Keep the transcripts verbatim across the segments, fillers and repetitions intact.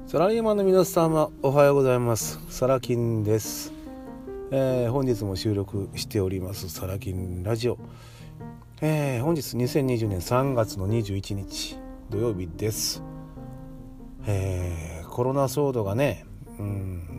サラリーマンの皆様おはようございます。サラキンです、えー、本日も収録しておりますサラキンラジオ、えー、本日にせんにじゅうねんさんがつのにじゅういちにち土曜日です。えー、コロナ騒動がね、うん、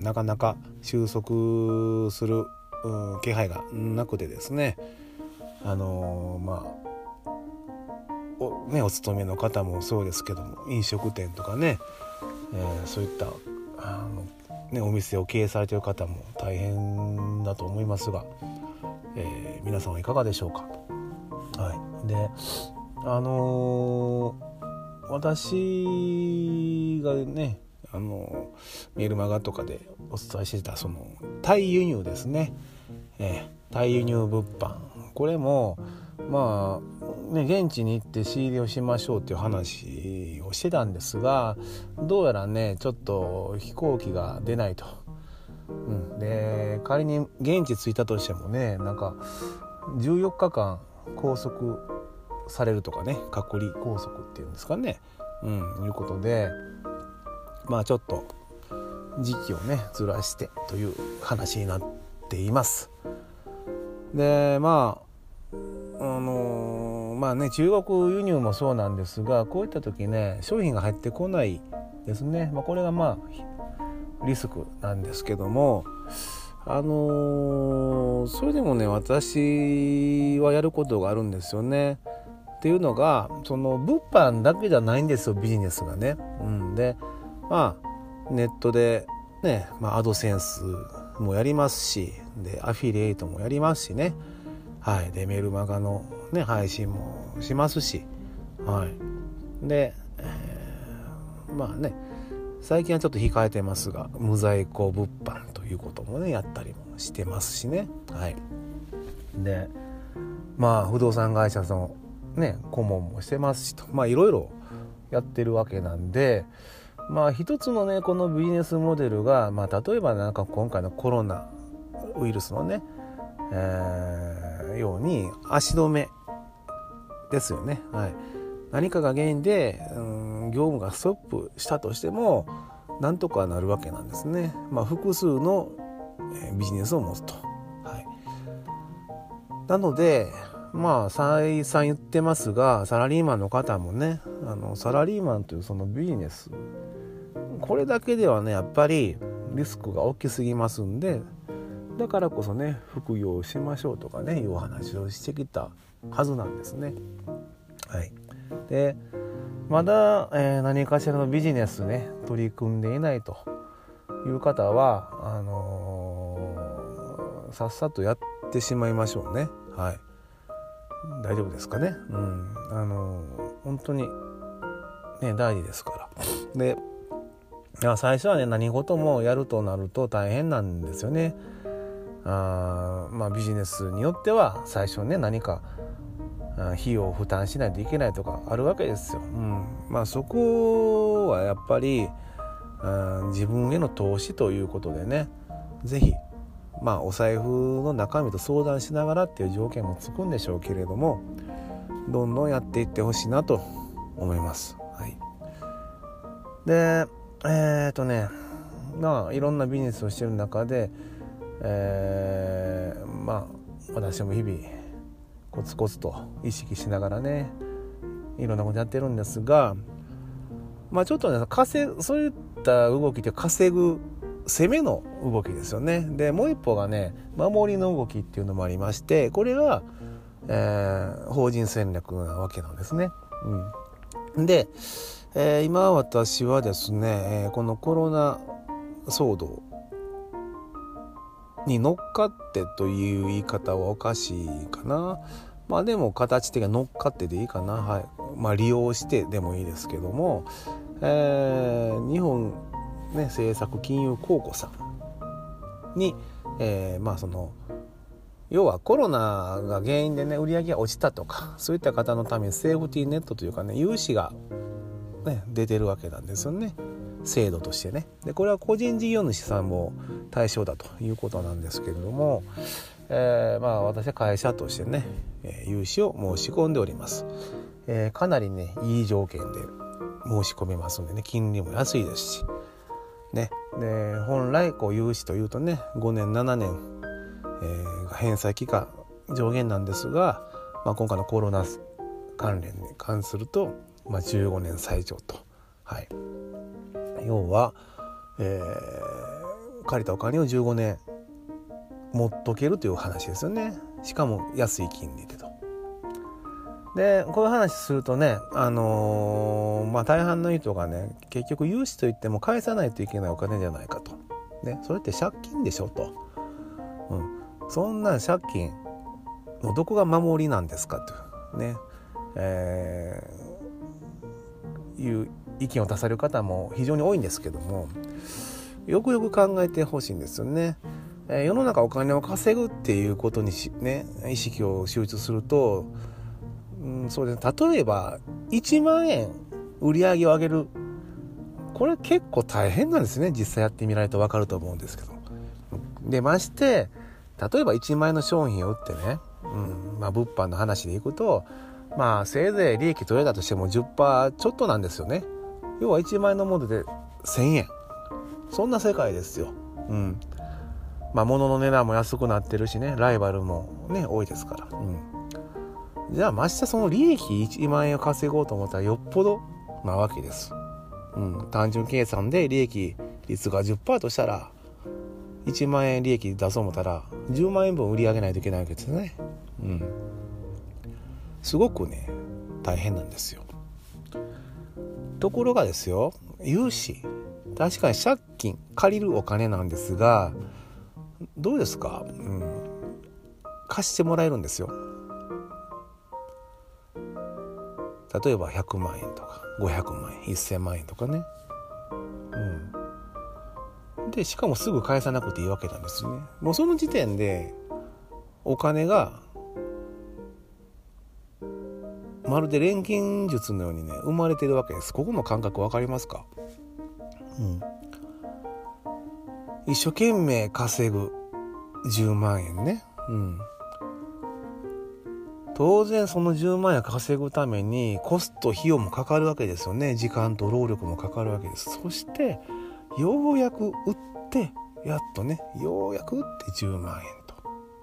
なかなか収束する、うん、気配がなくてですね、あのー、まあお, ね、お勤めの方もそうですけども、飲食店とかね、えー、そういったあの、ね、お店を経営されている方も大変だと思いますが、えー、皆さんはいかがでしょうか。はい、であのー、私がね、あのメルマガとかでお伝えしてたそのタイ輸入ですね、えー、タイ輸入物販、これもまあね、現地に行って仕入れをしましょうっていう話をしてたんですが、どうやらねちょっと飛行機が出ないと、うん、で仮に現地着いたとしてもね、なんかじゅうよっかかん拘束されるとかね、隔離拘束っていうんですかね、うん、いうことで、まあちょっと時期をねずらしてという話になっています。でまああのー、まあね中国輸入もそうなんですが、こういった時ね商品が入ってこないですね、まあ、これがまあリスクなんですけども、あのー、それでもね私はやることがあるんですよね。っていうのが、その物販だけじゃないんですよ、ビジネスがね、うん、でまあネットでね、まあ、アドセンスもやりますし、でアフィリエイトもやりますしね、はい、でメルマガの、ね、配信もしますし、はい、で、えー、まあね最近はちょっと控えてますが、無在庫物販ということもねやったりもしてますしね、はい、でまあ不動産会社のね顧問もしてますしと、まあいろいろやってるわけなんで、まあ一つのねこのビジネスモデルが、まあ例えばなんか今回のコロナウイルスのね、えー、ように足止めですよね、はい、何かが原因で、うん、業務がストップしたとしてもなんとかなるわけなんですね。まあ複数の、えー、ビジネスを持つと、はい、なのでまあ再三言ってますが、サラリーマンの方もね、あのサラリーマンというそのビジネス、これだけではねやっぱりリスクが大きすぎますんで、だからこそね副業をしましょうとかねいうお話をしてきたはずなんですね。はい、でまだ、えー、何かしらのビジネスね取り組んでいないという方はあのー、さっさとやってしまいましょうね。はい、大丈夫ですかね。うん、あのー、本当にね大事ですから。でいや最初はね何事もやるとなると大変なんですよね。あまあビジネスによっては最初ね何か費用を負担しないといけないとかあるわけですよ、うん、まあそこはやっぱり自分への投資ということでね、ぜひまあお財布の中身と相談しながらっていう条件もつくんでしょうけれども、どんどんやっていってほしいなと思います。はい、でえー、っとねまあいろんなビジネスをしてる中で、えー、まあ私も日々コツコツと意識しながらねいろんなことやってるんですが、まあちょっとね稼そういった動きって稼ぐ攻めの動きですよね。でもう一歩がね守りの動きっていうのもありまして、これが、えー、法人戦略なわけなんですね。うん、で、えー、今私はですね、えー、このコロナ騒動に乗っかってという言い方はおかしいかな。まあでも形的に乗っかってでいいかな。はい。まあ利用してでもいいですけども、えー、日本、ね、政策金融公庫さんに、えー、まあその要はコロナが原因でね売り上げが落ちたとか、そういった方のためにセーフティーネットというかね融資が、ね、出てるわけなんですよね。制度としてね。でこれは個人事業主さんも対象だということなんですけれども、えー、まあ私は会社としてね、えー、融資を申し込んでおります。えー、かなりねいい条件で申し込めますのでね、金利も安いですし、 ね、で本来こう融資というとねごねんななねん、えー、が返済期間上限なんですが、まあ、今回のコロナ関連に関すると、まあ、じゅうごねん最長と、はい、要は、えー、借りたお金をじゅうごねん持っとけるという話ですよね。しかも安い金利でと。でこういう話するとね、あのーまあ、大半の人がね結局融資といっても返さないといけないお金じゃないかと、ね、それって借金でしょと、うん、そんな借金のどこが守りなんですかとね、えー、いう意見を出される方も非常に多いんですけども、よくよく考えてほしいんですよね。えー、世の中お金を稼ぐっていうことにし、ね、意識を集中すると、うん、そうです。例えばいちまんえん売り上げを上げる、これ結構大変なんですね。実際やってみないと分かると思うんですけど、でまして例えばいちまんえんの商品を売ってね、うんまあ、物販の話でいくと、まあせいぜい利益取れたとしても じゅっパーセント ちょっとなんですよね。要はいちまんえんのものでせんえん、そんな世界ですよ。うんまあ、物の値段も安くなってるしね、ライバルもね多いですから、うんじゃあましてその利益いちまんえんを稼ごうと思ったらよっぽどなわけです、うん、単純計算で利益率が じゅっパーセント としたらいちまんえん利益出そう思ったらじゅうまんえんぶん売り上げないといけないわけですね、うん、すごくね大変なんですよ。ところがですよ、融資確かに借金借りるお金なんですが、どうですか、うん、貸してもらえるんですよ。例えばひゃくまんえんとかごひゃくまんえんせんまんえんとかね、うん、でしかもすぐ返さなくていいわけなんですね。もうその時点でお金がまるで錬金術のようにね生まれてるわけです。ここの感覚わかりますか、うん、一生懸命稼ぐじゅうまんえんね、うん当然そのじゅうまんえん稼ぐためにコスト費用もかかるわけですよね。時間と労力もかかるわけです。そしてようやく売ってやっとねようやく売ってじゅうまんえんと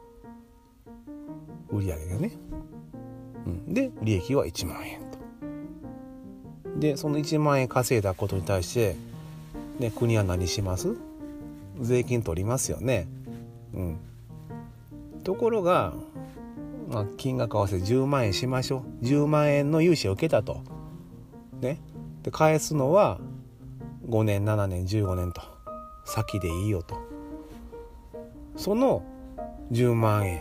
売り上げがね、うん、で利益はいちまんえんと。でそのいちまんえん稼いだことに対して、ね、国は何します？税金取りますよね、うん、ところがまあ、金額合わせてじゅうまんえんしましょう。じゅうまんえんの融資を受けたと、ね、で返すのはごねんななねんじゅうごねんと先でいいよと。そのじゅうまんえん、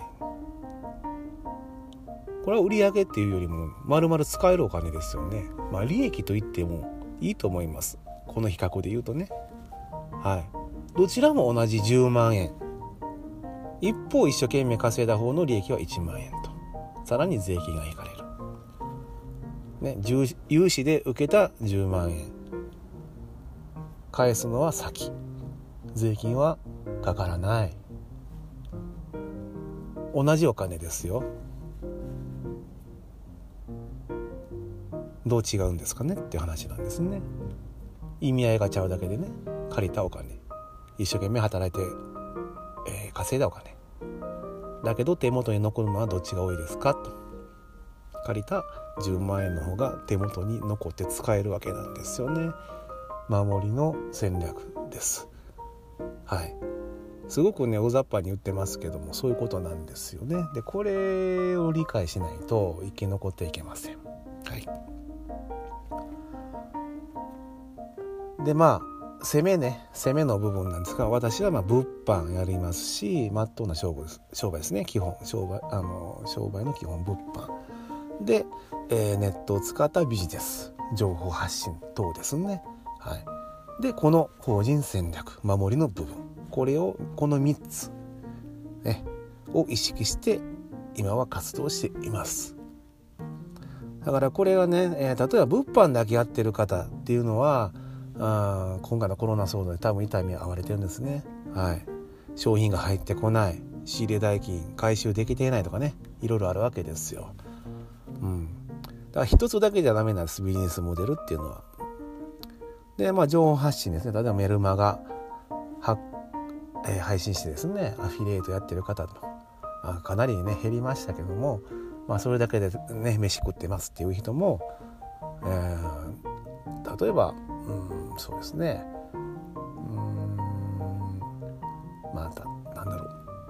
これは売り上げっていうよりも丸々使えるお金ですよね。まあ利益と言ってもいいと思います。この比較で言うとね、はい、どちらも同じじゅうまんえん。一方一生懸命稼いだ方の利益はいちまんえんと、さらに税金が引かれる、ね、融資で受けたじゅうまんえん返すのは先、税金はかからない。同じお金ですよ。どう違うんですかねっていう話なんですね。意味合いがちゃうだけでね、借りたお金一生懸命働いてえー、稼いだお金だけど手元に残るのはどっちが多いですかと。借りたじゅうまんえんの方が手元に残って使えるわけなんですよね。守りの戦略です。はい、すごくね大雑把に言ってますけどもそういうことなんですよね。でこれを理解しないと生き残っていけません。はい、でまあ攻めね攻めの部分なんですが、私はまあ物販やりますし、まっとうな商売です、商売ですね。基本商売あの商売の基本物販で、えー、ネットを使ったビジネス情報発信等ですね。はい、でこの法人戦略守りの部分、これをこのみっつ、ね、を意識して今は活動しています。だからこれはね、えー、例えば物販だけやってる方っていうのはあ今回のコロナ騒動で多分痛みを合われてるんですね。はい、商品が入ってこない、仕入れ代金回収できていないとかね、いろいろあるわけですよ。うん、だから一つだけじゃダメなんです、ビジネスモデルっていうのは。 で、まあ、情報発信ですね。例えばメルマガは、えー、配信してですね、アフィリエイトやってる方とあかなりね減りましたけども、まあ、それだけでね飯食ってますっていう人も、えー、例えば、うん、そうですね、うーんまたなんだろう、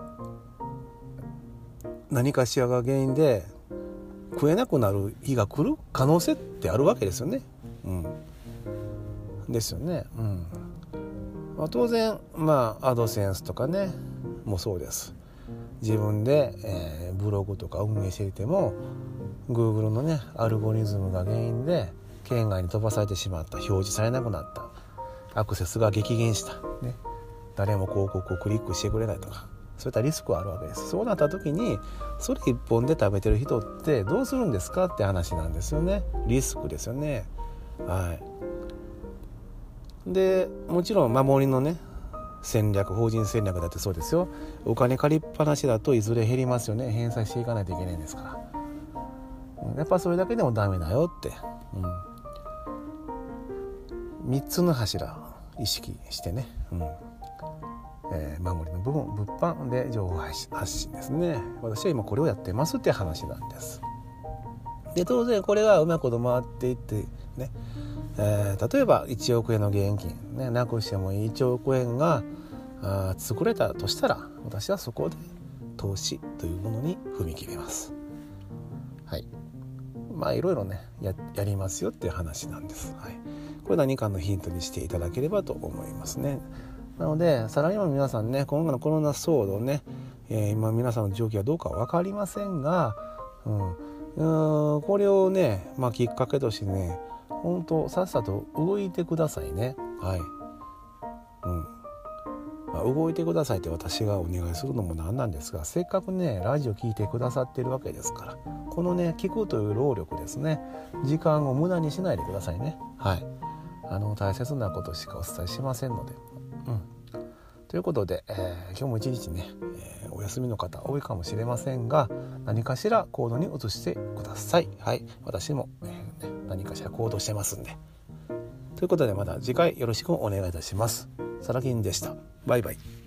何かしらが原因で食えなくなる日が来る可能性ってあるわけですよね。うん、ですよね。うんまあ、当然まあアドセンスとかねもそうです。自分で、えー、ブログとか運営していても Google のねアルゴリズムが原因で県外に飛ばされてしまった、表示されなくなった、アクセスが激減した、ね、誰も広告をクリックしてくれないとか、そういったリスクはあるわけです。そうなった時にそれ一本で食べてる人ってどうするんですかって話なんですよね。リスクですよね。はい。でもちろん守りのね戦略、法人戦略だってそうですよ。お金借りっぱなしだといずれ減りますよね。返済していかないといけないんですから、やっぱそれだけでもダメだよって、うん、みっつの柱意識してね、うんえー、守りの部分、物販で情報発信ですね。私は今これをやってますって話なんです。で当然これがうまいこと回っていってね、えー、例えばいちおくえんの現金、ね、なくしてもいちおくえんがあ作れたとしたら、私はそこで投資というものに踏み切ります。はい。まあいろいろね や, やりますよっていう話なんです。はい。これ何かのヒントにしていただければと思いますね。なのでさらにも皆さんね、今後のコロナ騒動ね、えー、今皆さんの状況はどうか分かりませんが、うん、うーんこれをね、まあ、きっかけとしてね、本当さっさと動いてくださいね。はい、うんまあ、動いてくださいって私がお願いするのもなんなんですが、せっかくねラジオ聞いてくださってるわけですから、このね聞くという労力ですね、時間を無駄にしないでくださいね。はい、あの大切なことしかお伝えしませんので、うん、ということで、えー、今日も一日ね、えー、お休みの方多いかもしれませんが、何かしら行動に移してください。はい、私も、えーね、何かしら行動してますんで。ということでまた次回よろしくお願いいたします。サラキンでした。バイバイ。